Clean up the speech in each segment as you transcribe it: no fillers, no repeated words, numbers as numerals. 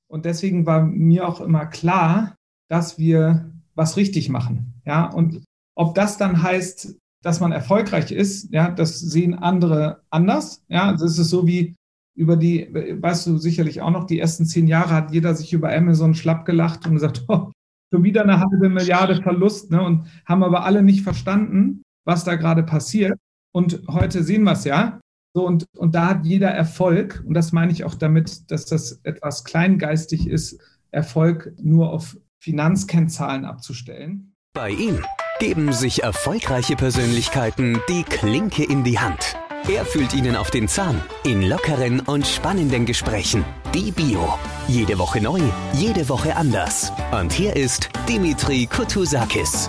Und deswegen war mir auch immer klar, dass wir was richtig machen. Ja, und ob das dann heißt, dass man erfolgreich ist, ja, das sehen andere anders. Ja, das ist so wie über die, weißt du sicherlich auch noch, die ersten 10 Jahre hat jeder sich über Amazon schlapp gelacht und gesagt, oh, schon wieder eine halbe Milliarde Verlust, ne, und haben aber alle nicht verstanden, was da gerade passiert. Und heute sehen wir es ja. So, und da hat jeder Erfolg, und das meine ich auch damit, dass das etwas kleingeistig ist, Erfolg nur auf Finanzkennzahlen abzustellen. Bei ihm geben sich erfolgreiche Persönlichkeiten die Klinke in die Hand. Er fühlt ihnen auf den Zahn in lockeren und spannenden Gesprächen. Die Bio. Jede Woche neu, jede Woche anders. Und hier ist Dimitri Kutuzakis.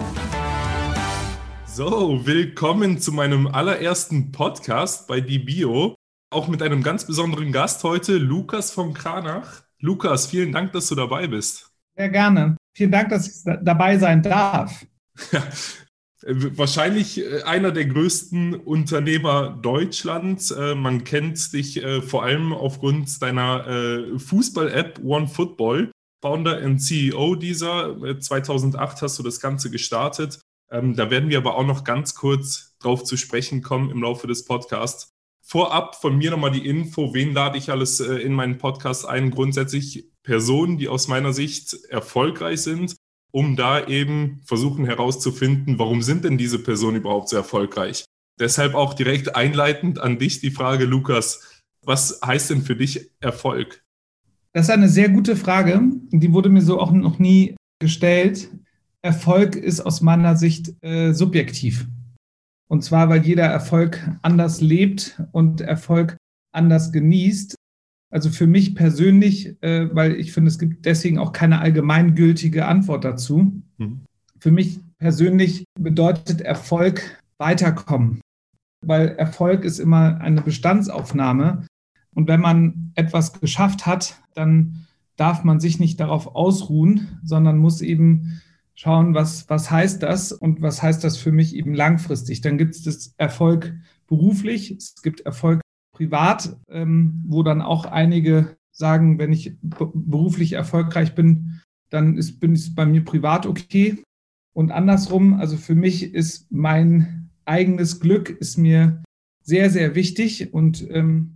So, willkommen zu meinem allerersten Podcast bei Die Bio. Auch mit einem ganz besonderen Gast heute, Lukas von Kranach. Lukas, vielen Dank, dass du dabei bist. Sehr gerne. Vielen Dank, dass ich dabei sein darf. Ja, wahrscheinlich einer der größten Unternehmer Deutschlands. Man kennt dich vor allem aufgrund deiner Fußball-App OneFootball. Founder und CEO dieser. 2008 hast du das Ganze gestartet. Da werden wir aber auch noch ganz kurz drauf zu sprechen kommen im Laufe des Podcasts. Vorab von mir nochmal die Info, wen lade ich alles in meinen Podcast ein? Grundsätzlich Personen, die aus meiner Sicht erfolgreich sind, um da eben versuchen herauszufinden, warum sind denn diese Personen überhaupt so erfolgreich? Deshalb auch direkt einleitend an dich die Frage, Lukas, was heißt denn für dich Erfolg? Das ist eine sehr gute Frage. Die wurde mir so auch noch nie gestellt. Erfolg ist aus meiner Sicht subjektiv. Und zwar, weil jeder Erfolg anders lebt und Erfolg anders genießt. Also für mich persönlich, weil ich finde, es gibt deswegen auch keine allgemeingültige Antwort dazu. Für mich persönlich bedeutet Erfolg weiterkommen. Weil Erfolg ist immer eine Bestandsaufnahme. Und wenn man etwas geschafft hat, dann darf man sich nicht darauf ausruhen, sondern muss eben schauen, was heißt das und was heißt das für mich eben langfristig. Dann gibt es Erfolg beruflich, es gibt Erfolg privat, wo dann auch einige sagen, wenn ich beruflich erfolgreich bin, dann bin es bei mir privat okay. Und andersrum, also für mich ist mein eigenes Glück ist mir sehr, sehr wichtig. Und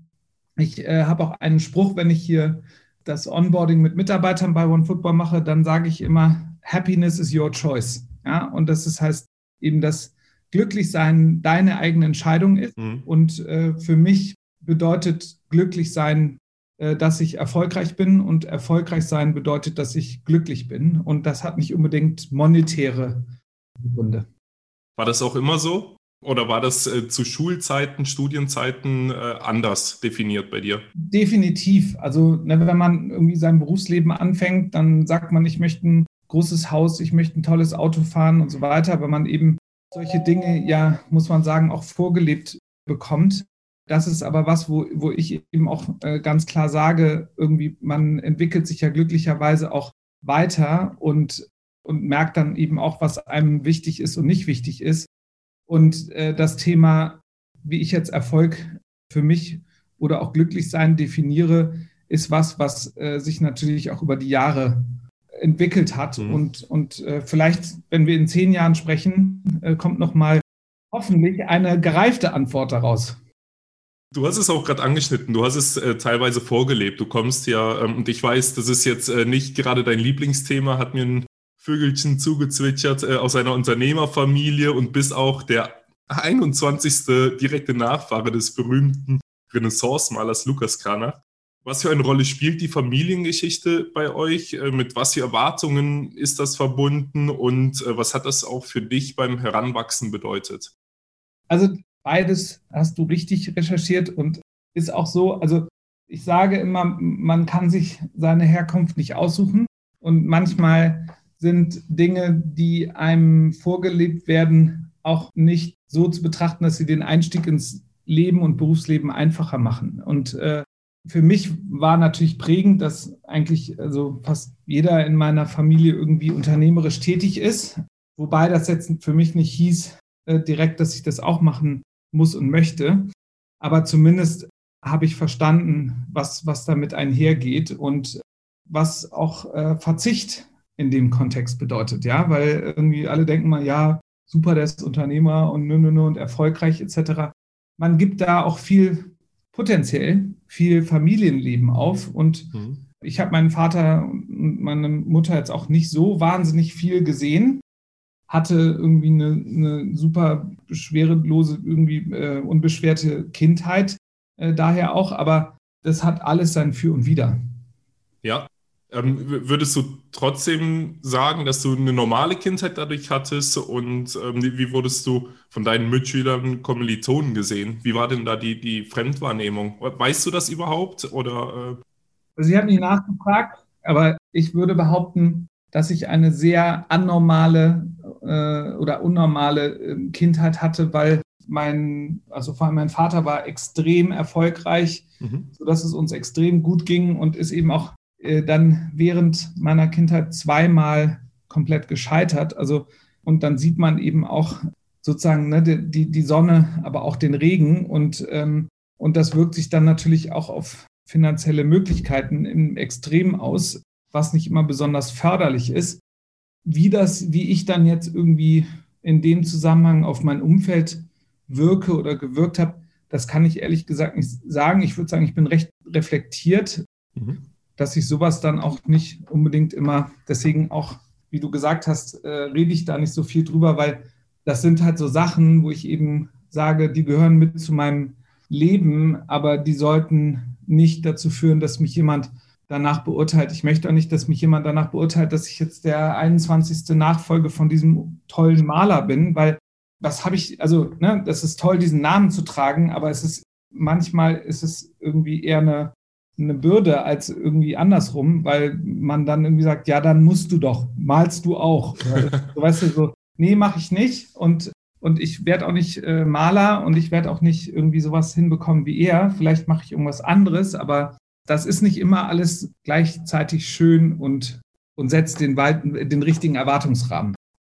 ich habe auch einen Spruch, wenn ich hier das Onboarding mit Mitarbeitern bei OneFootball mache, dann sage ich immer, Happiness is your choice. Ja, und das heißt eben, dass Glücklichsein deine eigene Entscheidung ist. Und für mich bedeutet glücklich sein, dass ich erfolgreich bin, und erfolgreich sein bedeutet, dass ich glücklich bin. Und das hat nicht unbedingt monetäre Gründe. War das auch immer so? Oder war das zu Schulzeiten, Studienzeiten anders definiert bei dir? Definitiv. Also wenn man irgendwie sein Berufsleben anfängt, dann sagt man, ich möchte ein großes Haus, ich möchte ein tolles Auto fahren und so weiter. Aber man eben solche Dinge, ja, muss man sagen, auch vorgelebt bekommt. Das ist aber was, wo ich eben auch ganz klar sage, irgendwie, man entwickelt sich ja glücklicherweise auch weiter und merkt dann eben auch, was einem wichtig ist und nicht wichtig ist. Und das Thema, wie ich jetzt Erfolg für mich oder auch Glücklichsein definiere, ist was sich natürlich auch über die Jahre entwickelt hat. Und vielleicht, wenn wir in 10 Jahren sprechen, kommt nochmal hoffentlich eine gereifte Antwort daraus. Du hast es auch gerade angeschnitten, du hast es teilweise vorgelebt. Du kommst ja, und ich weiß, das ist jetzt nicht gerade dein Lieblingsthema, hat mir ein Vögelchen zugezwitschert, aus einer Unternehmerfamilie, und bist auch der 21. direkte Nachfahre des berühmten Renaissance-Malers Lukas Kranach. Was für eine Rolle spielt die Familiengeschichte bei euch? Mit was für Erwartungen ist das verbunden, und was hat das auch für dich beim Heranwachsen bedeutet? Also beides hast du richtig recherchiert und ist auch so. Also ich sage immer, man kann sich seine Herkunft nicht aussuchen, und manchmal sind Dinge, die einem vorgelebt werden, auch nicht so zu betrachten, dass sie den Einstieg ins Leben und Berufsleben einfacher machen. Und für mich war natürlich prägend, dass eigentlich also fast jeder in meiner Familie irgendwie unternehmerisch tätig ist, wobei das jetzt für mich nicht hieß direkt, dass ich das auch machen muss und möchte. Aber zumindest habe ich verstanden, was damit einhergeht. Und was auch Verzicht in dem Kontext bedeutet, ja, weil irgendwie alle denken mal, ja, super, der ist Unternehmer und und erfolgreich etc. Man gibt da auch potenziell viel Familienleben auf und ich habe meinen Vater und meine Mutter jetzt auch nicht so wahnsinnig viel gesehen, hatte irgendwie eine super schwerelose, irgendwie unbeschwerte Kindheit daher auch, aber das hat alles sein Für und Wider. Ja. Würdest du trotzdem sagen, dass du eine normale Kindheit dadurch hattest und wie wurdest du von deinen Mitschülern, Kommilitonen gesehen? Wie war denn da die Fremdwahrnehmung? Weißt du das überhaupt? Oder, Also Sie haben mich nachgefragt, aber ich würde behaupten, dass ich eine sehr anormale oder unnormale Kindheit hatte, weil also vor allem mein Vater war extrem erfolgreich, sodass es uns extrem gut ging und ist eben auch dann während meiner Kindheit zweimal komplett gescheitert. Also, und dann sieht man eben auch sozusagen ne, die Sonne, aber auch den Regen und das wirkt sich dann natürlich auch auf finanzielle Möglichkeiten im Extrem aus, was nicht immer besonders förderlich ist. Wie ich dann jetzt irgendwie in dem Zusammenhang auf mein Umfeld wirke oder gewirkt habe, das kann ich ehrlich gesagt nicht sagen. Ich würde sagen, ich bin recht reflektiert, dass ich sowas dann auch nicht unbedingt immer, deswegen auch, wie du gesagt hast, rede ich da nicht so viel drüber, weil das sind halt so Sachen, wo ich eben sage, die gehören mit zu meinem Leben, aber die sollten nicht dazu führen, dass mich jemand danach beurteilt. Ich möchte auch nicht, dass mich jemand danach beurteilt, dass ich jetzt der 21. Nachfolger von diesem tollen Maler bin, weil was habe ich, also ne, das ist toll, diesen Namen zu tragen, aber manchmal ist es irgendwie eher eine Bürde als irgendwie andersrum, weil man dann irgendwie sagt, ja, dann musst du doch, malst du auch. So, weißt du, so, nee, mache ich nicht und ich werde auch nicht Maler und ich werde auch nicht irgendwie sowas hinbekommen wie er. Vielleicht mache ich irgendwas anderes, aber das ist nicht immer alles gleichzeitig schön und setzt den richtigen Erwartungsrahmen.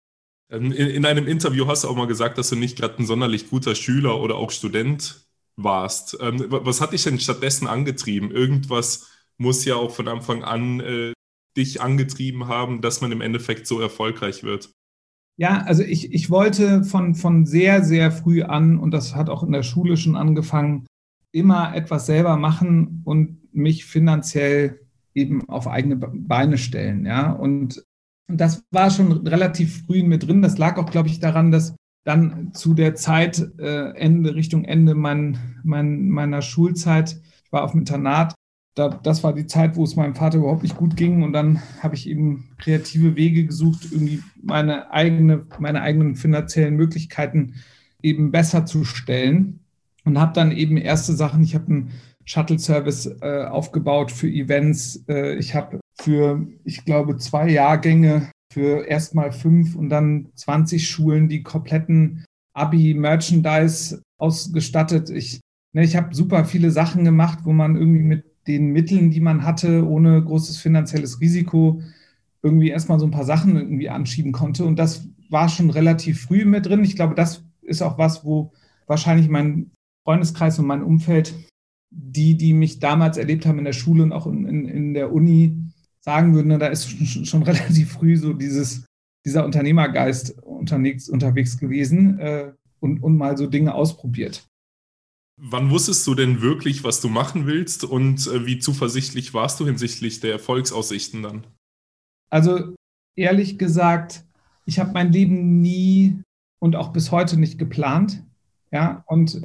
in einem Interview hast du auch mal gesagt, dass du nicht gerade ein sonderlich guter Schüler oder auch Student warst. Was hat dich denn stattdessen angetrieben? Irgendwas muss ja auch von Anfang an dich angetrieben haben, dass man im Endeffekt so erfolgreich wird. Ja, also ich wollte von sehr, sehr früh an, und das hat auch in der Schule schon angefangen, immer etwas selber machen und mich finanziell eben auf eigene Beine stellen. Ja? Und das war schon relativ früh mit drin. Das lag auch, glaube ich, daran, dass dann zu der Zeit, Richtung Ende meiner Schulzeit, ich war auf dem Internat, das war die Zeit, wo es meinem Vater überhaupt nicht gut ging. Und dann habe ich eben kreative Wege gesucht, irgendwie meine eigenen finanziellen Möglichkeiten eben besser zu stellen. Und habe dann eben erste Sachen, ich habe einen Shuttle-Service aufgebaut für Events. Ich habe ich glaube, 2 Jahrgänge für erstmal 5 und dann 20 Schulen die kompletten Abi-Merchandise ausgestattet. Ich habe super viele Sachen gemacht, wo man irgendwie mit den Mitteln, die man hatte, ohne großes finanzielles Risiko, irgendwie erstmal so ein paar Sachen irgendwie anschieben konnte. Und das war schon relativ früh mit drin. Ich glaube, das ist auch was, wo wahrscheinlich mein Freundeskreis und mein Umfeld, die mich damals erlebt haben in der Schule und auch in der Uni, sagen würden, da ist schon relativ früh so dieser Unternehmergeist unterwegs gewesen und mal so Dinge ausprobiert. Wann wusstest du denn wirklich, was du machen willst und wie zuversichtlich warst du hinsichtlich der Erfolgsaussichten dann? Also ehrlich gesagt, ich habe mein Leben nie und auch bis heute nicht geplant. Ja, und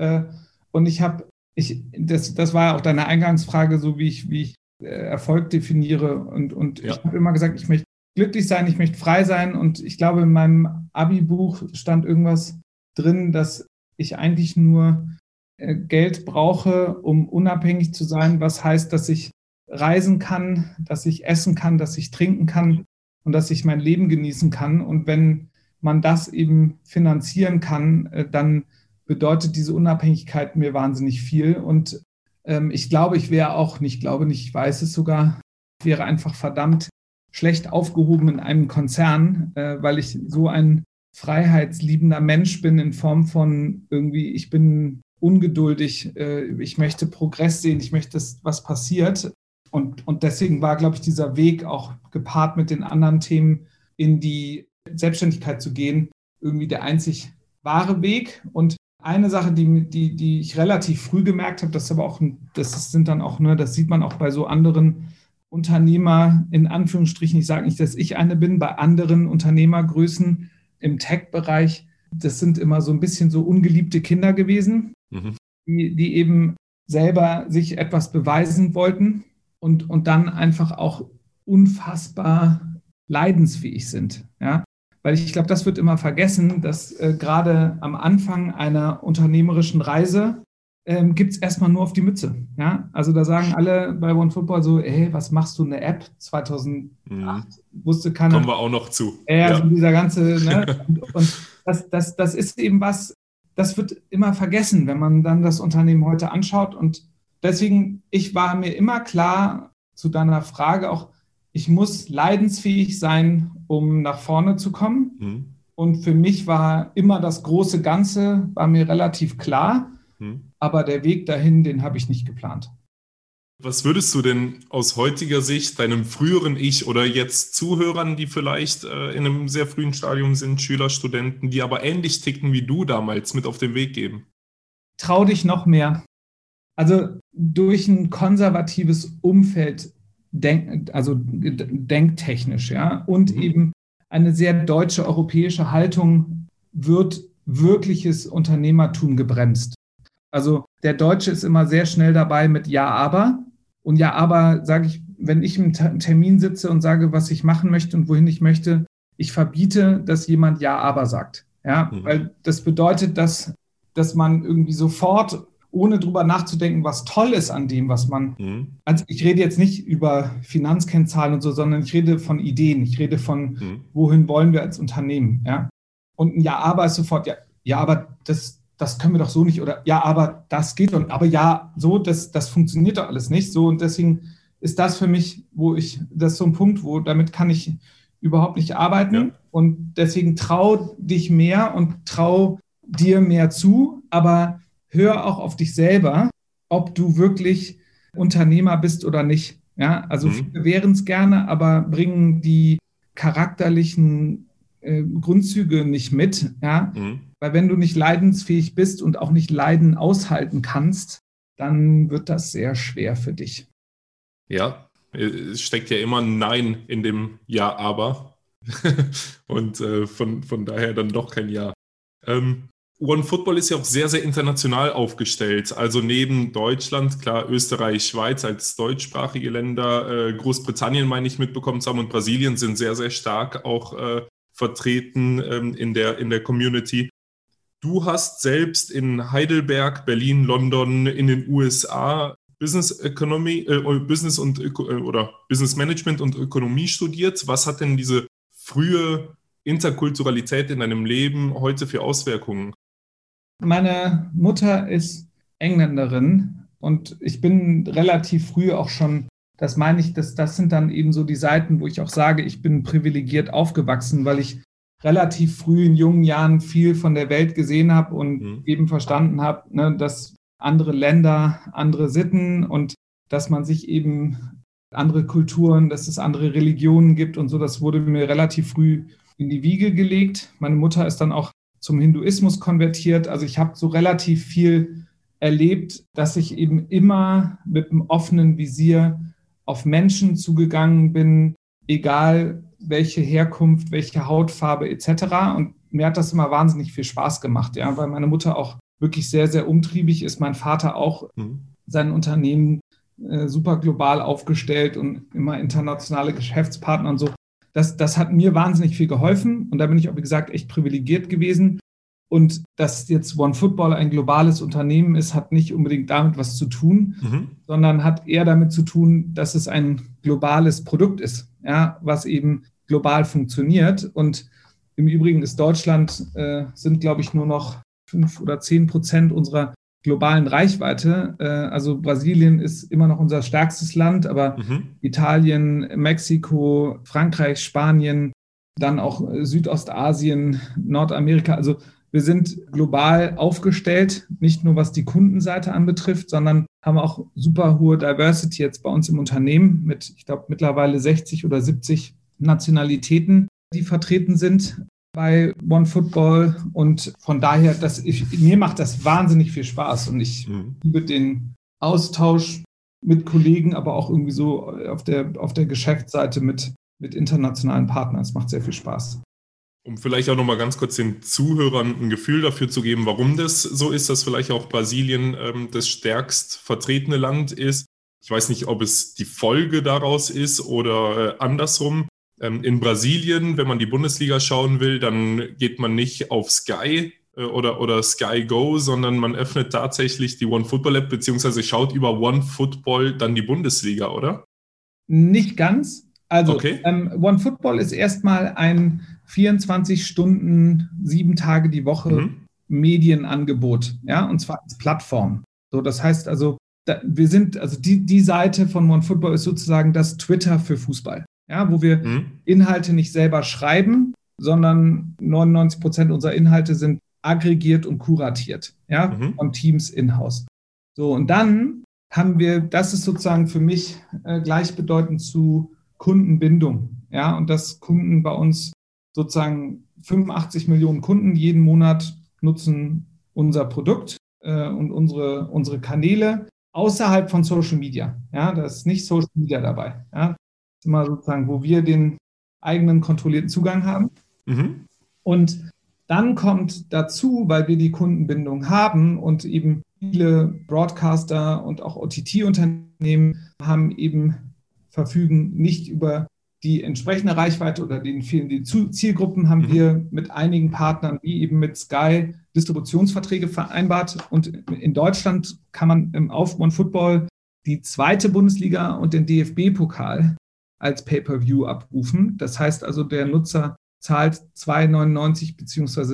das war ja auch deine Eingangsfrage, so wie ich Erfolg definiere. Und ja. Ich habe immer gesagt, ich möchte glücklich sein, ich möchte frei sein. Und ich glaube, in meinem Abi-Buch stand irgendwas drin, dass ich eigentlich nur Geld brauche, um unabhängig zu sein, was heißt, dass ich reisen kann, dass ich essen kann, dass ich trinken kann und dass ich mein Leben genießen kann. Und wenn man das eben finanzieren kann, dann bedeutet diese Unabhängigkeit mir wahnsinnig viel. Und ich glaube, ich weiß es sogar, ich wäre einfach verdammt schlecht aufgehoben in einem Konzern, weil ich so ein freiheitsliebender Mensch bin in Form von irgendwie, ich bin ungeduldig, ich möchte Progress sehen, ich möchte, dass was passiert. Und deswegen war, glaube ich, dieser Weg auch gepaart mit den anderen Themen in die Selbstständigkeit zu gehen, irgendwie der einzig wahre Weg. Und eine Sache, die ich relativ früh gemerkt habe, das sieht man auch bei so anderen Unternehmer, in Anführungsstrichen, ich sage nicht, dass ich eine bin, bei anderen Unternehmergrößen im Tech-Bereich, das sind immer so ein bisschen so ungeliebte Kinder gewesen, die eben selber sich etwas beweisen wollten und dann einfach auch unfassbar leidensfähig sind. Ja? Weil ich glaube, das wird immer vergessen, dass gerade am Anfang einer unternehmerischen Reise gibt es erstmal nur auf die Mütze. Ja? Also da sagen alle bei OneFootball so, hey, was machst du, eine App? 2008 wusste keiner. Kommen wir auch noch zu. Also dieser ganze, ne? Und das ist eben was, das wird immer vergessen, wenn man dann das Unternehmen heute anschaut. Und deswegen, ich war mir immer klar zu deiner Frage auch, ich muss leidensfähig sein, um nach vorne zu kommen. Und für mich war immer das große Ganze, war mir relativ klar. Aber der Weg dahin, den habe ich nicht geplant. Was würdest du denn aus heutiger Sicht deinem früheren Ich oder jetzt Zuhörern, die vielleicht in einem sehr frühen Stadium sind, Schüler, Studenten, die aber ähnlich ticken wie du damals, mit auf den Weg geben? Trau dich noch mehr. Also durch ein konservatives Umfeld, denktechnisch, ja, und eben eine sehr deutsche, europäische Haltung wird wirkliches Unternehmertum gebremst. Also der Deutsche ist immer sehr schnell dabei mit Ja, aber. Und Ja, aber sage ich, wenn ich im Termin sitze und sage, was ich machen möchte und wohin ich möchte, ich verbiete, dass jemand Ja, aber sagt. Ja, weil das bedeutet, dass man irgendwie sofort, ohne drüber nachzudenken, was toll ist an dem, was man, also ich rede jetzt nicht über Finanzkennzahlen und so, sondern ich rede von Ideen, ich rede von, wohin wollen wir als Unternehmen, ja. Und ein Ja, aber ist sofort, ja, aber das können wir doch so nicht, oder ja, aber das geht doch, aber ja, so, das funktioniert doch alles nicht, so, und deswegen ist das für mich, das ist so ein Punkt, damit kann ich überhaupt nicht arbeiten, und deswegen trau dich mehr und trau dir mehr zu, aber hör auch auf dich selber, ob du wirklich Unternehmer bist oder nicht. Ja, also viele wären es gerne, aber bringen die charakterlichen Grundzüge nicht mit. Ja, weil wenn du nicht leidensfähig bist und auch nicht Leiden aushalten kannst, dann wird das sehr schwer für dich. Ja, es steckt ja immer ein Nein in dem Ja, aber. Und von daher dann doch kein Ja. OneFootball ist ja auch sehr, sehr international aufgestellt. Also neben Deutschland, klar, Österreich, Schweiz als deutschsprachige Länder, Großbritannien, meine ich, mitbekommen zu haben, und Brasilien sind sehr, sehr stark auch vertreten in der Community. Du hast selbst in Heidelberg, Berlin, London, in den USA Business Management und Ökonomie studiert. Was hat denn diese frühe Interkulturalität in deinem Leben heute für Auswirkungen? Meine Mutter ist Engländerin und ich bin relativ früh auch schon, das meine ich, das sind dann eben so die Seiten, wo ich auch sage, ich bin privilegiert aufgewachsen, weil ich relativ früh in jungen Jahren viel von der Welt gesehen habe und eben verstanden habe, ne, dass andere Länder, andere Sitten und dass man sich eben andere Kulturen, dass es andere Religionen gibt und so, das wurde mir relativ früh in die Wiege gelegt. Meine Mutter ist dann auch zum Hinduismus konvertiert. Also ich habe so relativ viel erlebt, dass ich eben immer mit einem offenen Visier auf Menschen zugegangen bin, egal welche Herkunft, welche Hautfarbe etc. Und mir hat das immer wahnsinnig viel Spaß gemacht, ja, weil meine Mutter auch wirklich sehr, sehr umtriebig ist. Mein Vater auch sein Unternehmen super global aufgestellt und immer internationale Geschäftspartner und so. Das hat mir wahnsinnig viel geholfen und da bin ich auch, wie gesagt, echt privilegiert gewesen. Und dass jetzt OneFootball ein globales Unternehmen ist, hat nicht unbedingt damit was zu tun, sondern hat eher damit zu tun, dass es ein globales Produkt ist, ja, was eben global funktioniert. Und im Übrigen ist Deutschland, sind, glaube ich, nur noch 5 oder 10% unserer globalen Reichweite. Also Brasilien ist immer noch unser stärkstes Land, aber Italien, Mexiko, Frankreich, Spanien, dann auch Südostasien, Nordamerika. Also wir sind global aufgestellt, nicht nur was die Kundenseite anbetrifft, sondern haben auch super hohe Diversity jetzt bei uns im Unternehmen mit, ich glaube, mittlerweile 60 oder 70 Nationalitäten, die vertreten sind bei OneFootball. Und von daher, mir macht das wahnsinnig viel Spaß und ich liebe den Austausch mit Kollegen, aber auch irgendwie so auf der Geschäftsseite mit internationalen Partnern. Es macht sehr viel Spaß. Um vielleicht auch nochmal ganz kurz den Zuhörern ein Gefühl dafür zu geben, warum das so ist, dass vielleicht auch Brasilien das stärkst vertretene Land ist. Ich weiß nicht, ob es die Folge daraus ist oder andersrum. In Brasilien, wenn man die Bundesliga schauen will, dann geht man nicht auf Sky oder Sky Go, sondern man öffnet tatsächlich die OneFootball-App beziehungsweise schaut über OneFootball dann die Bundesliga, oder? Nicht ganz. Also okay. OneFootball ist erstmal ein 24 Stunden, 7 Tage die Woche Medienangebot, ja, und zwar als Plattform. So, das heißt also, die Seite von OneFootball ist sozusagen das Twitter für Fußball, ja, wo wir Inhalte nicht selber schreiben, sondern 99% unserer Inhalte sind aggregiert und kuratiert, ja, von Teams in-house. So, und dann haben wir, das ist sozusagen für mich gleichbedeutend zu Kundenbindung, ja, und dass Kunden bei uns sozusagen 85 Millionen Kunden jeden Monat nutzen unser Produkt und unsere Kanäle außerhalb von Social Media. Ja, da ist nicht Social Media dabei. Ja, das ist immer sozusagen, wo wir den eigenen kontrollierten Zugang haben. Und dann kommt dazu, weil wir die Kundenbindung haben und eben viele Broadcaster und auch OTT-Unternehmen verfügen nicht über die entsprechende Reichweite oder denen fehlen die Zielgruppen, haben wir mit einigen Partnern, wie eben mit Sky, Distributionsverträge vereinbart. Und in Deutschland kann man auf OneFootball die zweite Bundesliga und den DFB-Pokal als Pay-per-View abrufen. Das heißt also, der Nutzer zahlt 2,99 bzw.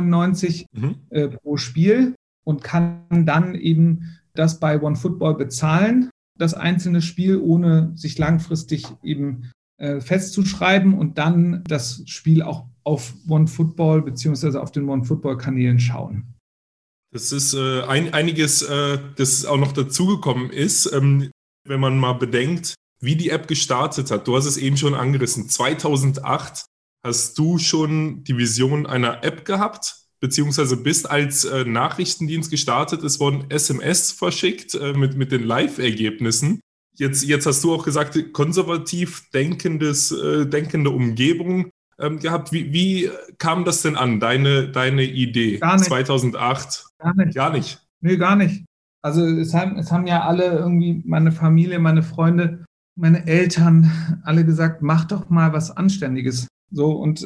3,99 pro Spiel und kann dann eben das bei OneFootball bezahlen, das einzelne Spiel, ohne sich langfristig eben festzuschreiben und dann das Spiel auch auf OneFootball beziehungsweise auf den OneFootball-Kanälen schauen. Das ist einiges, das auch noch dazugekommen ist, wenn man mal bedenkt, wie die App gestartet hat. Du hast es eben schon angerissen. 2008 hast du schon die Vision einer App gehabt, beziehungsweise bist als Nachrichtendienst gestartet. Es wurden SMS verschickt mit den Live-Ergebnissen. Jetzt hast du auch gesagt, konservativ denkende Umgebung gehabt. Wie kam das denn an, deine Idee? Gar nicht. 2008? Gar nicht? Nee, gar nicht. Also es haben ja alle irgendwie, meine Familie, meine Freunde, meine Eltern, alle gesagt, mach doch mal was Anständiges. So und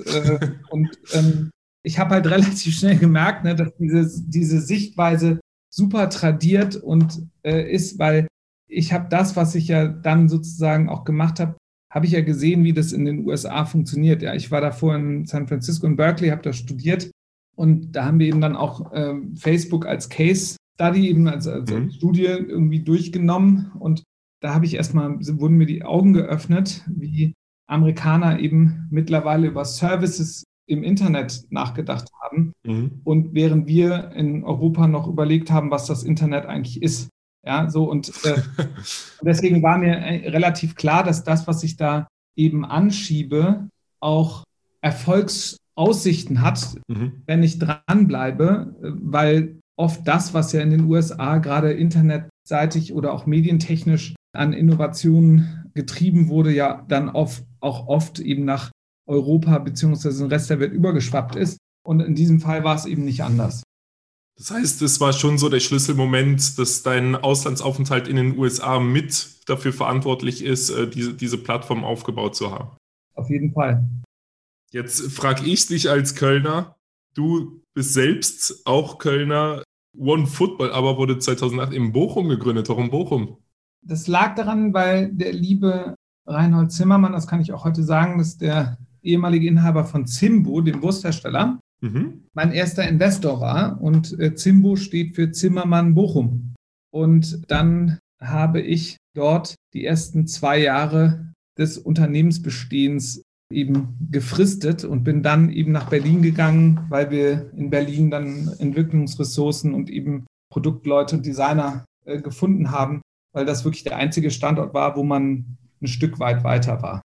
ich habe halt relativ schnell gemerkt, ne, dass diese Sichtweise super tradiert und ist, weil ich habe das, was ich ja dann sozusagen auch gemacht habe, habe ich ja gesehen, wie das in den USA funktioniert. Ja, ich war davor in San Francisco und Berkeley, habe da studiert und da haben wir eben dann auch Facebook als Case Study, eben als Studie irgendwie durchgenommen und da wurden mir die Augen geöffnet, wie Amerikaner eben mittlerweile über Services im Internet nachgedacht haben und während wir in Europa noch überlegt haben, was das Internet eigentlich ist. Ja, so und deswegen war mir relativ klar, dass das, was ich da eben anschiebe, auch Erfolgsaussichten hat, wenn ich dranbleibe, weil oft das, was ja in den USA gerade internetseitig oder auch medientechnisch an Innovationen getrieben wurde, ja dann auch oft eben nach Europa bzw. den Rest der Welt übergeschwappt ist. Und in diesem Fall war es eben nicht anders. Das heißt, es war schon so der Schlüsselmoment, dass dein Auslandsaufenthalt in den USA mit dafür verantwortlich ist, diese Plattform aufgebaut zu haben. Auf jeden Fall. Jetzt frage ich dich als Kölner, du bist selbst auch Kölner, OneFootball aber wurde 2008 in Bochum gegründet. Warum Bochum? Das lag daran, weil der liebe Reinhold Zimmermann, das kann ich auch heute sagen, das ist der ehemalige Inhaber von Zimbo, dem Wursthersteller, mein erster Investor war und Zimbo steht für Zimmermann Bochum. Und dann habe ich dort die ersten 2 Jahre des Unternehmensbestehens eben gefristet und bin dann eben nach Berlin gegangen, weil wir in Berlin dann Entwicklungsressourcen und eben Produktleute und Designer gefunden haben, weil das wirklich der einzige Standort war, wo man ein Stück weit weiter war.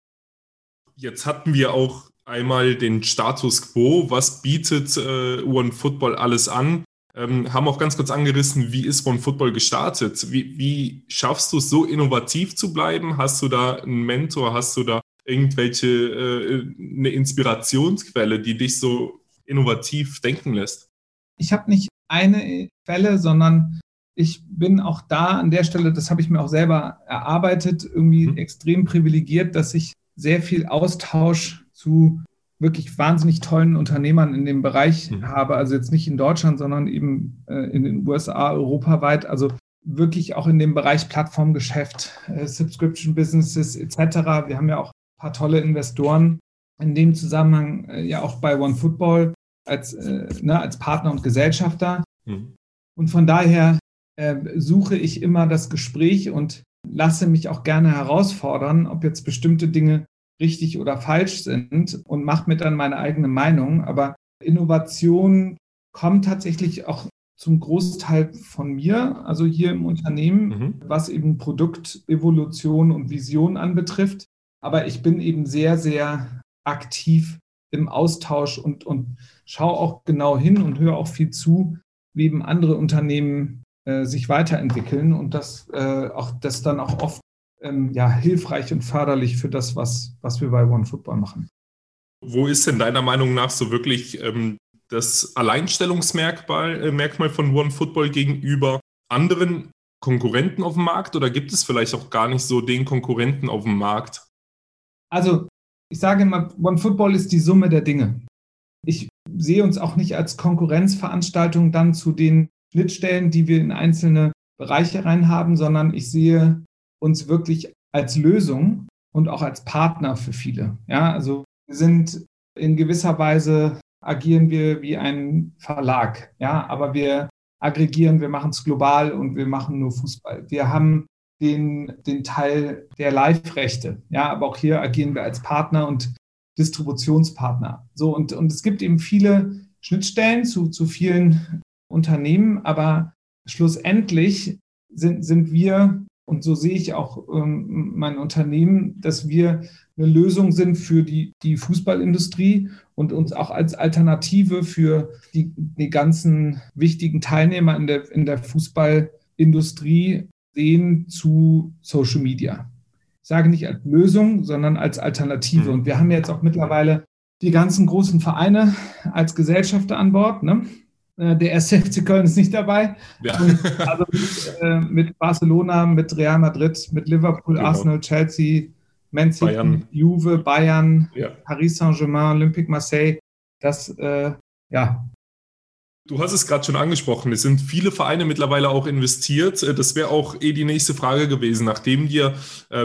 Jetzt hatten wir auch einmal den Status Quo. Was bietet OneFootball alles an? Haben auch ganz kurz angerissen, wie ist OneFootball gestartet? Wie schaffst du es, so innovativ zu bleiben? Hast du da einen Mentor? Hast du da irgendwelche eine Inspirationsquelle, die dich so innovativ denken lässt? Ich habe nicht eine Quelle, sondern ich bin auch da an der Stelle, das habe ich mir auch selber erarbeitet, irgendwie extrem privilegiert, dass ich sehr viel Austausch zu wirklich wahnsinnig tollen Unternehmern in dem Bereich habe. Also jetzt nicht in Deutschland, sondern eben in den USA, europaweit. Also wirklich auch in dem Bereich Plattformgeschäft, Subscription Businesses etc. Wir haben ja auch ein paar tolle Investoren in dem Zusammenhang, ja auch bei OneFootball als Partner und Gesellschafter. Und von daher suche ich immer das Gespräch und lasse mich auch gerne herausfordern, ob jetzt bestimmte Dinge richtig oder falsch sind und mache mir dann meine eigene Meinung. Aber Innovation kommt tatsächlich auch zum Großteil von mir, also hier im Unternehmen, was eben Produktevolution und Vision anbetrifft. Aber ich bin eben sehr, sehr aktiv im Austausch und schaue auch genau hin und höre auch viel zu, wie eben andere Unternehmen sich weiterentwickeln und das dann auch oft hilfreich und förderlich für das, was wir bei OneFootball machen. Wo ist denn deiner Meinung nach so wirklich das Alleinstellungsmerkmal von OneFootball gegenüber anderen Konkurrenten auf dem Markt oder gibt es vielleicht auch gar nicht so den Konkurrenten auf dem Markt? Also ich sage immer, OneFootball ist die Summe der Dinge. Ich sehe uns auch nicht als Konkurrenzveranstaltung dann zu den Schnittstellen, die wir in einzelne Bereiche rein haben, sondern ich sehe uns wirklich als Lösung und auch als Partner für viele. Ja, also wir sind in gewisser Weise, agieren wir wie ein Verlag, ja, aber wir aggregieren, wir machen es global und wir machen nur Fußball. Wir haben den Teil der Live-Rechte, ja, aber auch hier agieren wir als Partner und Distributionspartner. So, und es gibt eben viele Schnittstellen zu vielen Unternehmen, aber schlussendlich sind wir, und so sehe ich auch mein Unternehmen, dass wir eine Lösung sind für die Fußballindustrie und uns auch als Alternative für die ganzen wichtigen Teilnehmer in der Fußballindustrie sehen zu Social Media. Ich sage nicht als Lösung, sondern als Alternative. Und wir haben jetzt auch mittlerweile die ganzen großen Vereine als Gesellschafter an Bord, ne? Der 1. FC Köln ist nicht dabei. Ja. Also mit Barcelona, mit Real Madrid, mit Liverpool, genau. Arsenal, Chelsea, Man City, Bayern. Juve, Bayern, ja. Paris Saint-Germain, Olympique Marseille. Das, ja. Du hast es gerade schon angesprochen, es sind viele Vereine mittlerweile auch investiert. Das wäre auch die nächste Frage gewesen, nachdem dir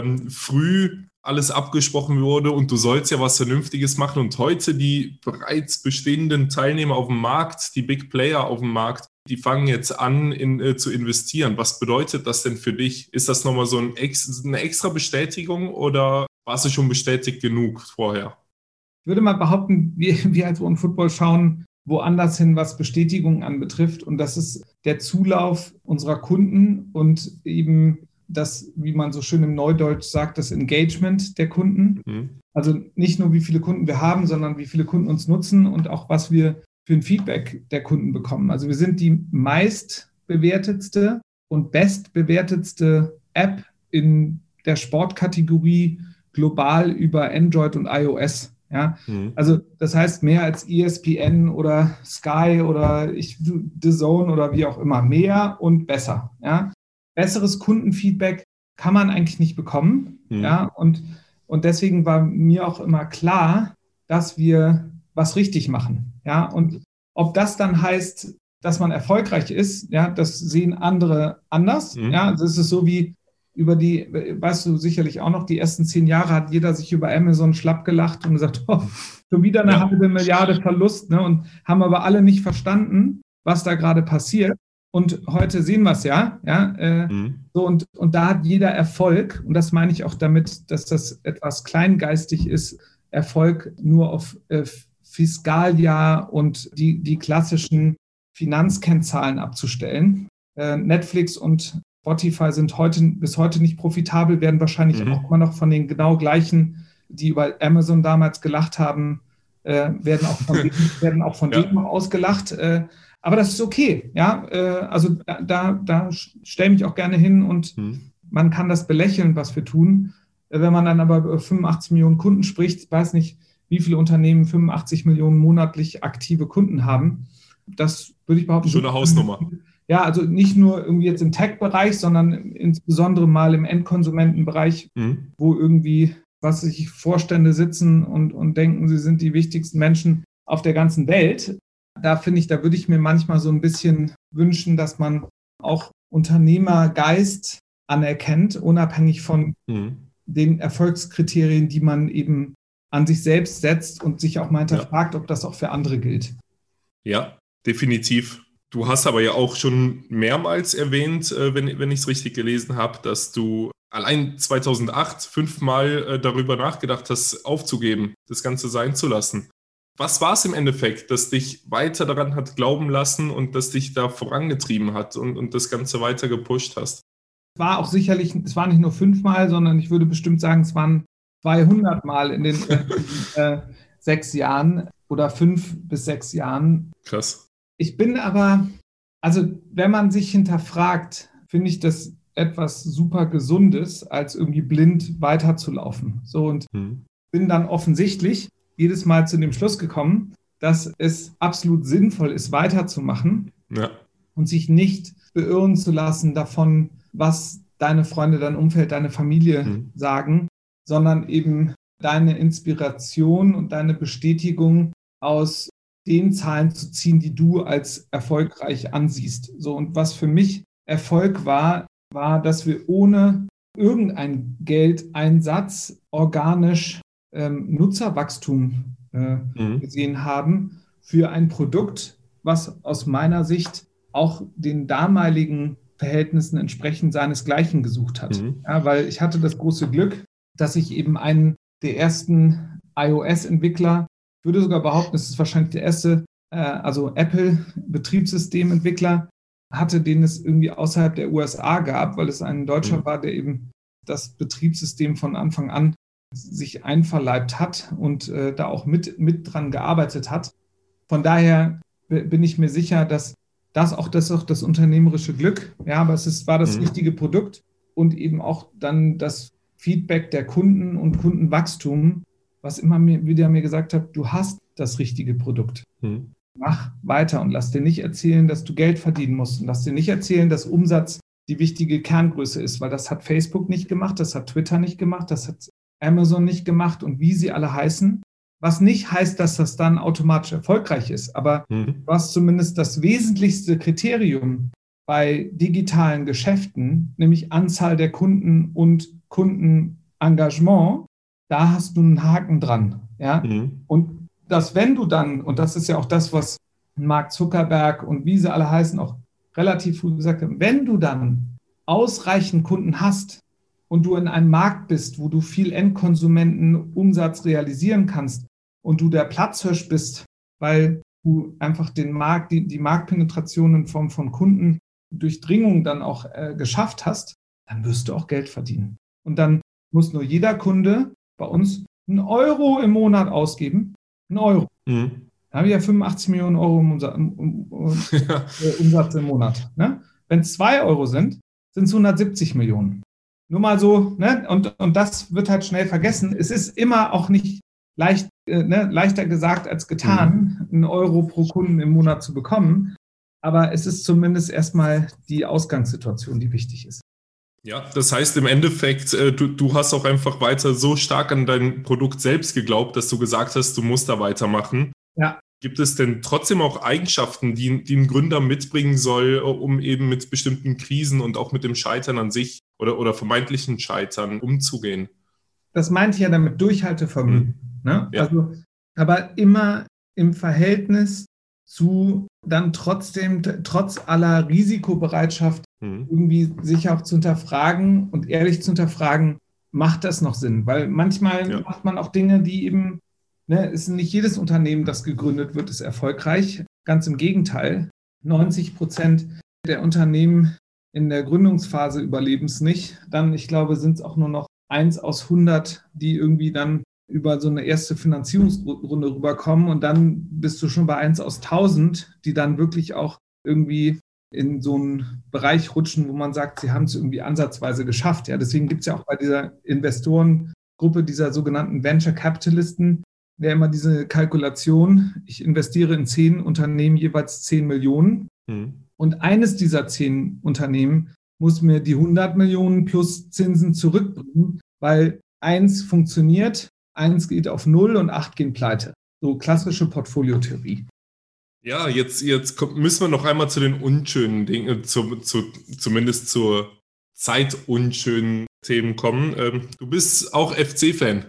früh alles abgesprochen wurde und du sollst ja was Vernünftiges machen und heute die bereits bestehenden Teilnehmer auf dem Markt, die Big Player auf dem Markt, die fangen jetzt an zu investieren. Was bedeutet das denn für dich? Ist das nochmal so eine extra Bestätigung oder warst du schon bestätigt genug vorher? Ich würde mal behaupten, wir als OneFootball schauen woanders hin, was Bestätigung anbetrifft. Und das ist der Zulauf unserer Kunden und eben das, wie man so schön im Neudeutsch sagt, das Engagement der Kunden. Also nicht nur, wie viele Kunden wir haben, sondern wie viele Kunden uns nutzen und auch, was wir für ein Feedback der Kunden bekommen. Also wir sind die meistbewertetste und bestbewertetste App in der Sportkategorie global über Android und iOS. Ja, also das heißt mehr als ESPN oder Sky oder The Zone oder wie auch immer. Mehr und besser. Ja, besseres Kundenfeedback kann man eigentlich nicht bekommen. Ja, und deswegen war mir auch immer klar, dass wir was richtig machen. Ja, und ob das dann heißt, dass man erfolgreich ist, ja, das sehen andere anders. Ja, das ist so wie weißt du sicherlich auch noch, die ersten 10 Jahre hat jeder sich über Amazon schlapp gelacht und gesagt, oh, schon wieder eine halbe Milliarde Verlust, ne? Und haben aber alle nicht verstanden, was da gerade passiert. Und heute sehen wir es ja. So, und da hat jeder Erfolg, und das meine ich auch damit, dass das etwas kleingeistig ist, Erfolg nur auf Fiskaljahr und die klassischen Finanzkennzahlen abzustellen. Netflix und Spotify sind bis heute nicht profitabel, werden wahrscheinlich auch immer noch von den genau gleichen, die über Amazon damals gelacht haben, werden auch von denen noch ausgelacht. Aber das ist okay. Ja? Also da stelle ich mich auch gerne hin und man kann das belächeln, was wir tun. Wenn man dann aber über 85 Millionen Kunden spricht, ich weiß nicht, wie viele Unternehmen 85 Millionen monatlich aktive Kunden haben. Das würde ich behaupten. Schon eine Hausnummer. Ja, also nicht nur irgendwie jetzt im Tech-Bereich, sondern insbesondere mal im Endkonsumentenbereich, wo irgendwie, was sich Vorstände sitzen und denken, sie sind die wichtigsten Menschen auf der ganzen Welt. Da würde ich mir manchmal so ein bisschen wünschen, dass man auch Unternehmergeist anerkennt, unabhängig von den Erfolgskriterien, die man eben an sich selbst setzt und sich auch mal hinterfragt, ob das auch für andere gilt. Ja, definitiv. Du hast aber ja auch schon mehrmals erwähnt, wenn ich es richtig gelesen habe, dass du allein 2008 5-mal darüber nachgedacht hast, aufzugeben, das Ganze sein zu lassen. Was war es im Endeffekt, das dich weiter daran hat glauben lassen und das dich da vorangetrieben hat und das Ganze weiter gepusht hast? Es war nicht nur 5-mal, sondern ich würde bestimmt sagen, es waren 200 Mal in den 6 Jahren oder 5 bis 6 Jahren. Krass. Ich bin aber, also wenn man sich hinterfragt, finde ich das etwas super Gesundes, als irgendwie blind weiterzulaufen. So, und bin dann offensichtlich jedes Mal zu dem Schluss gekommen, dass es absolut sinnvoll ist, weiterzumachen und sich nicht beirren zu lassen davon, was deine Freunde, dein Umfeld, deine Familie sagen, sondern eben deine Inspiration und deine Bestätigung aus den Zahlen zu ziehen, die du als erfolgreich ansiehst. So, und was für mich Erfolg war, dass wir ohne irgendeinen Geldeinsatz organisch Nutzerwachstum gesehen haben für ein Produkt, was aus meiner Sicht auch den damaligen Verhältnissen entsprechend seinesgleichen gesucht hat. Ja, weil ich hatte das große Glück, dass ich eben einen der ersten iOS-Entwickler, ich würde sogar behaupten, es ist wahrscheinlich der erste, also Apple-Betriebssystementwickler hatte, den es irgendwie außerhalb der USA gab, weil es ein Deutscher war, der eben das Betriebssystem von Anfang an sich einverleibt hat und da auch mit dran gearbeitet hat. Von daher bin ich mir sicher, dass das auch das unternehmerische Glück, ja, aber war das richtige Produkt und eben auch dann das Feedback der Kunden und Kundenwachstum, was immer wieder mir gesagt hat, du hast das richtige Produkt. Mach weiter und lass dir nicht erzählen, dass du Geld verdienen musst und lass dir nicht erzählen, dass Umsatz die wichtige Kerngröße ist, weil das hat Facebook nicht gemacht, das hat Twitter nicht gemacht, das hat Amazon nicht gemacht und wie sie alle heißen. Was nicht heißt, dass das dann automatisch erfolgreich ist, aber du hast zumindest das wesentlichste Kriterium bei digitalen Geschäften, nämlich Anzahl der Kunden und Kundenengagement, da hast du einen Haken dran. Ja? Und dass wenn du dann, und das ist ja auch das, was Mark Zuckerberg und wie sie alle heißen, auch relativ früh gesagt haben, wenn du dann ausreichend Kunden hast und du in einem Markt bist, wo du viel Endkonsumentenumsatz realisieren kannst und du der Platzhirsch bist, weil du einfach den Markt, die Marktpenetration in Form von Kundendurchdringung dann auch geschafft hast, dann wirst du auch Geld verdienen. Und dann muss nur jeder Kunde bei uns 1 Euro im Monat ausgeben. 1 Euro. Da habe ich ja 85 Millionen Euro im Umsatz im Monat. Ne? Wenn es 2 Euro sind es 170 Millionen. Nur mal so, ne? Und das wird halt schnell vergessen. Es ist immer auch nicht leichter gesagt als getan, 1 Euro pro Kunden im Monat zu bekommen. Aber es ist zumindest erstmal die Ausgangssituation, die wichtig ist. Ja, das heißt im Endeffekt, du hast auch einfach weiter so stark an dein Produkt selbst geglaubt, dass du gesagt hast, du musst da weitermachen. Ja. Gibt es denn trotzdem auch Eigenschaften, die ein Gründer mitbringen soll, um eben mit bestimmten Krisen und auch mit dem Scheitern an sich oder vermeintlichen Scheitern umzugehen? Das meinte ich ja damit Durchhaltevermögen. Ne? Ja. Also, aber immer im Verhältnis zu dann trotzdem, trotz aller Risikobereitschaft, irgendwie sich auch zu hinterfragen und ehrlich zu hinterfragen, macht das noch Sinn? Weil manchmal macht man auch Dinge, die eben, ne, ist nicht jedes Unternehmen, das gegründet wird, ist erfolgreich. Ganz im Gegenteil. 90% der Unternehmen in der Gründungsphase überleben es nicht. Dann, ich glaube, sind es auch nur noch 1 aus 100, die irgendwie dann über so eine erste Finanzierungsrunde rüberkommen. Und dann bist du schon bei 1 aus 1000, die dann wirklich auch irgendwie in so einen Bereich rutschen, wo man sagt, sie haben es irgendwie ansatzweise geschafft. Ja, deswegen gibt es ja auch bei dieser Investorengruppe, dieser sogenannten Venture Capitalisten, ja immer diese Kalkulation, ich investiere in 10 Unternehmen jeweils 10 Millionen. Und eines dieser 10 Unternehmen muss mir die 100 Millionen plus Zinsen zurückbringen, weil 1 funktioniert, 1 geht auf 0 und 8 gehen pleite. So klassische Portfoliotheorie. Ja, jetzt müssen wir noch einmal zu den unschönen Dingen, zumindest zur zeitunschönen Themen kommen. Du bist auch FC-Fan.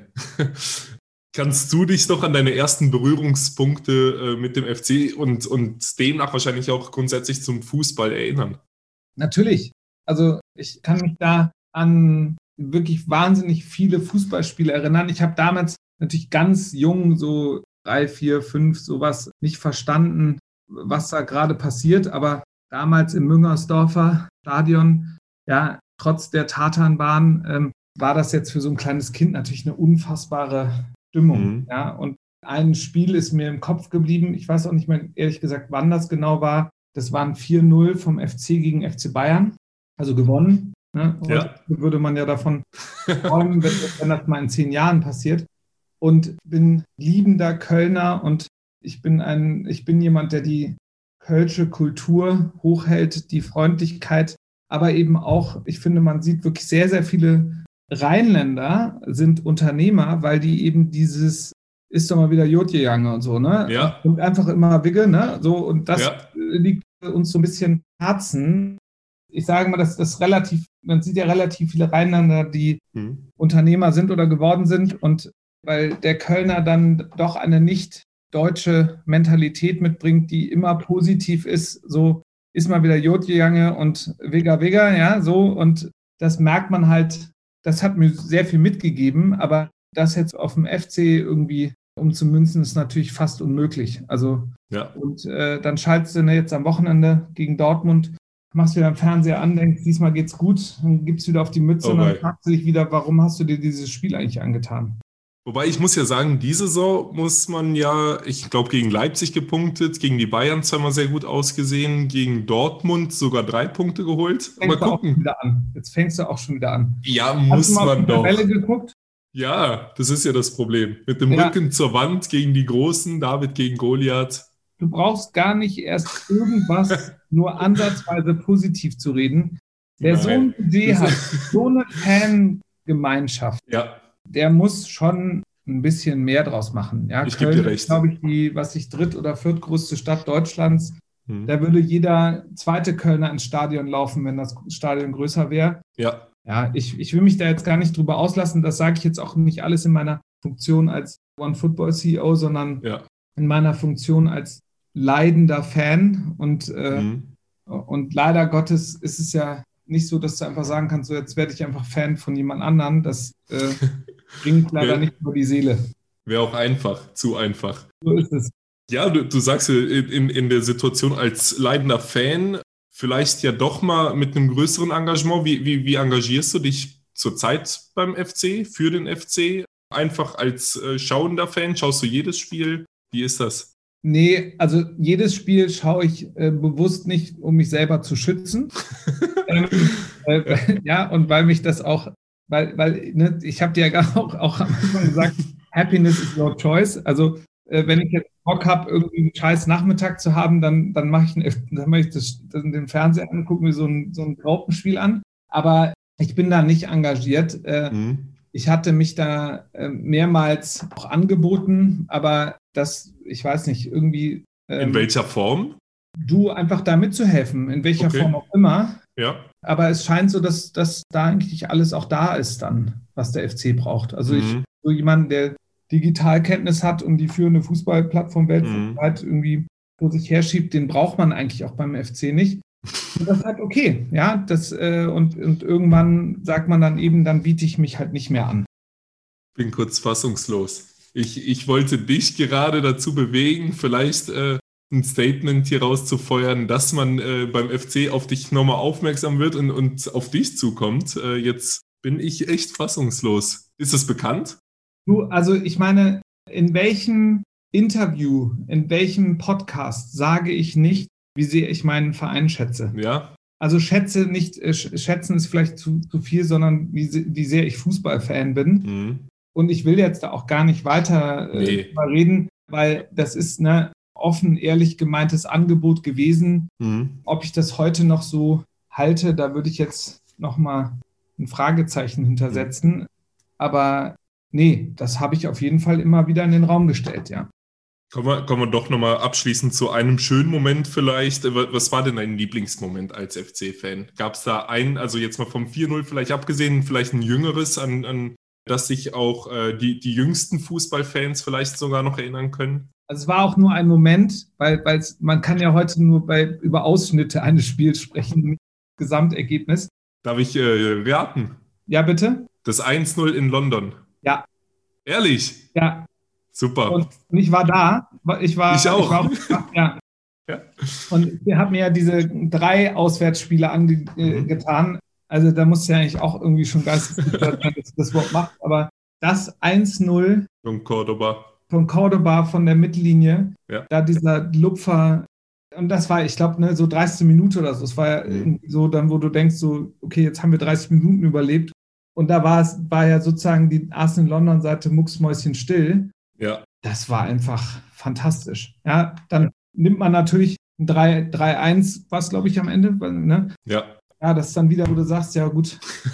Kannst du dich noch an deine ersten Berührungspunkte mit dem FC und demnach wahrscheinlich auch grundsätzlich zum Fußball erinnern? Natürlich. Also ich kann mich da an wirklich wahnsinnig viele Fußballspiele erinnern. Ich habe damals natürlich ganz jung, so 3, 4, 5, sowas, nicht verstanden, was da gerade passiert. Aber damals im Müngersdorfer Stadion, ja, trotz der Tatanbahn, war das jetzt für so ein kleines Kind natürlich eine unfassbare Stimmung. Ja, und ein Spiel ist mir im Kopf geblieben. Ich weiß auch nicht mehr, ehrlich gesagt, wann das genau war. Das war ein 4-0 vom FC gegen FC Bayern, also gewonnen. Ne? Heute würde man ja davon träumen, wenn das mal in 10 Jahren passiert. Und bin liebender Kölner und ich bin jemand, der die kölsche Kultur hochhält, die Freundlichkeit, aber eben auch, ich finde, man sieht wirklich sehr, sehr viele Rheinländer sind Unternehmer, weil die eben dieses ist doch mal wieder Jodjejange und so, ne? Ja. Und einfach immer Wigge, ne? So, und das liegt uns so ein bisschen am Herzen. Ich sage mal, das relativ, man sieht ja relativ viele Rheinländer, die Unternehmer sind oder geworden sind und weil der Kölner dann doch eine nicht deutsche Mentalität mitbringt, die immer positiv ist, so ist mal wieder Jodjejange und Wigga, ja, so, und das merkt man halt. Das hat mir sehr viel mitgegeben, aber das jetzt auf dem FC irgendwie umzumünzen, ist natürlich fast unmöglich. Also, und dann schaltest du jetzt am Wochenende gegen Dortmund, machst wieder den Fernseher an, denkst, diesmal geht's gut, dann gibst du wieder auf die Mütze und dann fragst du dich wieder, warum hast du dir dieses Spiel eigentlich angetan? Wobei ich muss ja sagen, diese Saison muss man ja, ich glaube, gegen Leipzig gepunktet, gegen die Bayern zweimal sehr gut ausgesehen, gegen Dortmund sogar 3 Punkte geholt. Mal gucken. Jetzt fängst du auch schon wieder an. Ja, muss man doch. Hast du mal auf die Tabelle geguckt? Ja, das ist ja das Problem. Mit dem Rücken zur Wand gegen die Großen, David gegen Goliath. Du brauchst gar nicht erst irgendwas nur ansatzweise positiv zu reden. Wer so eine Idee hat, so eine Fangemeinschaft, der muss schon ein bisschen mehr draus machen. Ja, ich Köln gebe dir recht. Ist, glaube ich, die, dritt- oder viertgrößte Stadt Deutschlands. Da würde jeder zweite Kölner ins Stadion laufen, wenn das Stadion größer wäre. Ja. Ja, ich will mich da jetzt gar nicht drüber auslassen. Das sage ich jetzt auch nicht alles in meiner Funktion als OneFootball-CEO, sondern in meiner Funktion als leidender Fan. Und leider Gottes ist es ja nicht so, dass du einfach sagen kannst, so jetzt werde ich einfach Fan von jemand anderem. Das bringt leider nicht über die Seele. Wäre auch einfach, zu einfach. So ist es. Ja, du sagst in der Situation als leidender Fan, vielleicht ja doch mal mit einem größeren Engagement. Wie engagierst du dich zurzeit beim FC, für den FC? Einfach als schauender Fan? Schaust du jedes Spiel? Wie ist das? Nee, also jedes Spiel schaue ich bewusst nicht, um mich selber zu schützen. Und weil mich das auch, weil ich habe dir ja auch am Anfang gesagt, Happiness is no choice. Also wenn ich jetzt Bock habe, irgendwie einen scheiß Nachmittag zu haben, dann mache ich den Fernseher an, gucke mir so ein Graupenspiel an. Aber ich bin da nicht engagiert. Ich hatte mich da mehrmals auch angeboten, aber ich weiß nicht, irgendwie... in welcher Form? Du einfach da mitzuhelfen, in welcher Form auch immer. Ja. Aber es scheint so, dass da eigentlich alles auch da ist dann, was der FC braucht. Also so jemand, der Digitalkenntnis hat und die führende Fußballplattform weltweit irgendwie vor sich herschiebt, den braucht man eigentlich auch beim FC nicht. Und das ist halt okay, ja. Und irgendwann sagt man dann eben, dann biete ich mich halt nicht mehr an. Bin kurz fassungslos. Ich wollte dich gerade dazu bewegen, vielleicht ein Statement hier rauszufeuern, dass man beim FC auf dich nochmal aufmerksam wird und auf dich zukommt. Jetzt bin ich echt fassungslos. Ist das bekannt? Du, also ich meine, in welchem Interview, in welchem Podcast sage ich nicht, wie sehr ich meinen Verein schätze? Ja. Also schätzen ist vielleicht zu viel, sondern wie sehr ich Fußballfan bin. Mhm. Und ich will jetzt da auch gar nicht weiter drüber reden, weil das ist ein offen, ehrlich gemeintes Angebot gewesen. Mhm. Ob ich das heute noch so halte, da würde ich jetzt nochmal ein Fragezeichen hintersetzen. Aber nee, das habe ich auf jeden Fall immer wieder in den Raum gestellt, ja. Kommen wir doch nochmal abschließend zu einem schönen Moment vielleicht. Was war denn dein Lieblingsmoment als FC-Fan? Gab es da einen, also jetzt mal vom 4-0 vielleicht abgesehen, vielleicht ein jüngeres, an das sich auch die jüngsten Fußballfans vielleicht sogar noch erinnern können? Also es war auch nur ein Moment, weil man kann ja heute nur über Ausschnitte eines Spiels sprechen, Gesamtergebnis. Darf ich raten? Ja, bitte? Das 1-0 in London. Ja. Ehrlich? Ja. Super. Und ich war da. Ich auch. Ja. Und wir haben mir ja diese 3 Auswärtsspiele angetan. Also da muss ja eigentlich auch irgendwie schon geistesgestört sein, dass du das Wort macht. Aber das 1-0 von Cordoba von der Mittellinie, da dieser Lupfer, und das war, ich glaube, so 30 Minuten oder so. Es war ja irgendwie so dann, wo du denkst, so, okay, jetzt haben wir 30 Minuten überlebt. Und da war ja sozusagen die Arsenal-London-Seite mucksmäuschenstill. Ja. Das war einfach fantastisch. Ja, dann nimmt man natürlich ein 3-1, was glaube ich am Ende, ne? Ja. Ja, das ist dann wieder, wo du sagst, ja gut,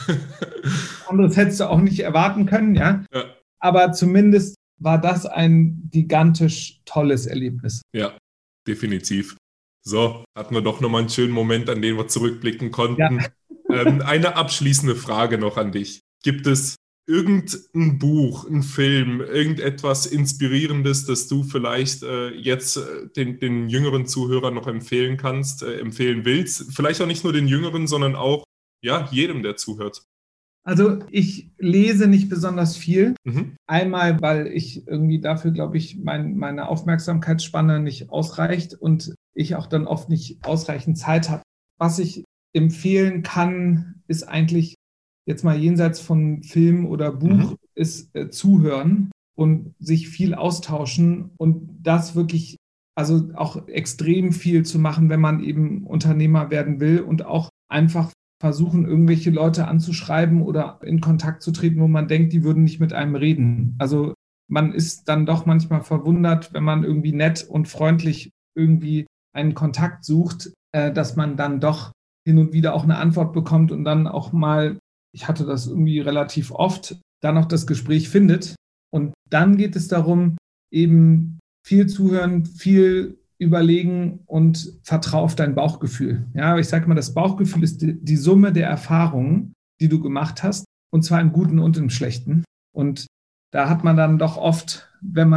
anderes hättest du auch nicht erwarten können, ja. Aber zumindest war das ein gigantisch tolles Erlebnis. Ja, definitiv. So, hatten wir doch nochmal einen schönen Moment, an den wir zurückblicken konnten. Ja. Eine abschließende Frage noch an dich. Gibt es irgendein Buch, ein Film, irgendetwas Inspirierendes, das du vielleicht jetzt den jüngeren Zuhörern noch empfehlen kannst, empfehlen willst? Vielleicht auch nicht nur den Jüngeren, sondern auch jedem, der zuhört. Also ich lese nicht besonders viel. Einmal, weil ich irgendwie dafür, glaube ich, meine Aufmerksamkeitsspanne nicht ausreicht und ich auch dann oft nicht ausreichend Zeit habe. Was ich empfehlen kann, ist eigentlich jetzt mal jenseits von Film oder Buch, ist zuhören und sich viel austauschen und das wirklich, also auch extrem viel zu machen, wenn man eben Unternehmer werden will und auch einfach versuchen, irgendwelche Leute anzuschreiben oder in Kontakt zu treten, wo man denkt, die würden nicht mit einem reden. Also man ist dann doch manchmal verwundert, wenn man irgendwie nett und freundlich irgendwie einen Kontakt sucht, dass man dann doch hin und wieder auch eine Antwort bekommt und dann auch mal, ich hatte das irgendwie relativ oft, dann auch das Gespräch findet. Und dann geht es darum, eben viel zuhören, viel überlegen und vertrau auf dein Bauchgefühl. Ja, aber ich sage mal, das Bauchgefühl ist die Summe der Erfahrungen, die du gemacht hast, und zwar im Guten und im Schlechten. Und da hat man dann doch oft,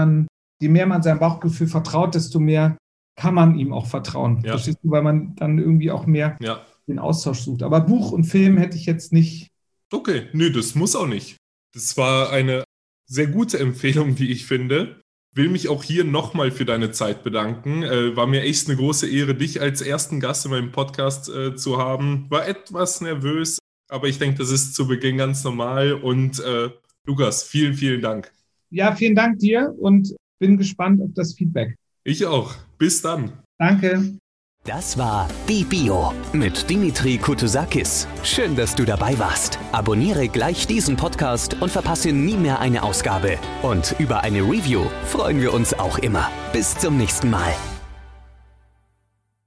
je mehr man seinem Bauchgefühl vertraut, desto mehr kann man ihm auch vertrauen. Ja. Verstehst du, weil man dann irgendwie auch mehr den Austausch sucht. Aber Buch und Film hätte ich jetzt nicht. Okay, nö, das muss auch nicht. Das war eine sehr gute Empfehlung, wie ich finde. Will mich auch hier nochmal für deine Zeit bedanken. War mir echt eine große Ehre, dich als ersten Gast in meinem Podcast zu haben. War etwas nervös, aber ich denke, das ist zu Beginn ganz normal. Und Lukas, vielen, vielen Dank. Ja, vielen Dank dir und bin gespannt auf das Feedback. Ich auch. Bis dann. Danke. Das war Die Bio mit Dimitri Koutouzakis. Schön, dass du dabei warst. Abonniere gleich diesen Podcast und verpasse nie mehr eine Ausgabe. Und über eine Review freuen wir uns auch immer. Bis zum nächsten Mal.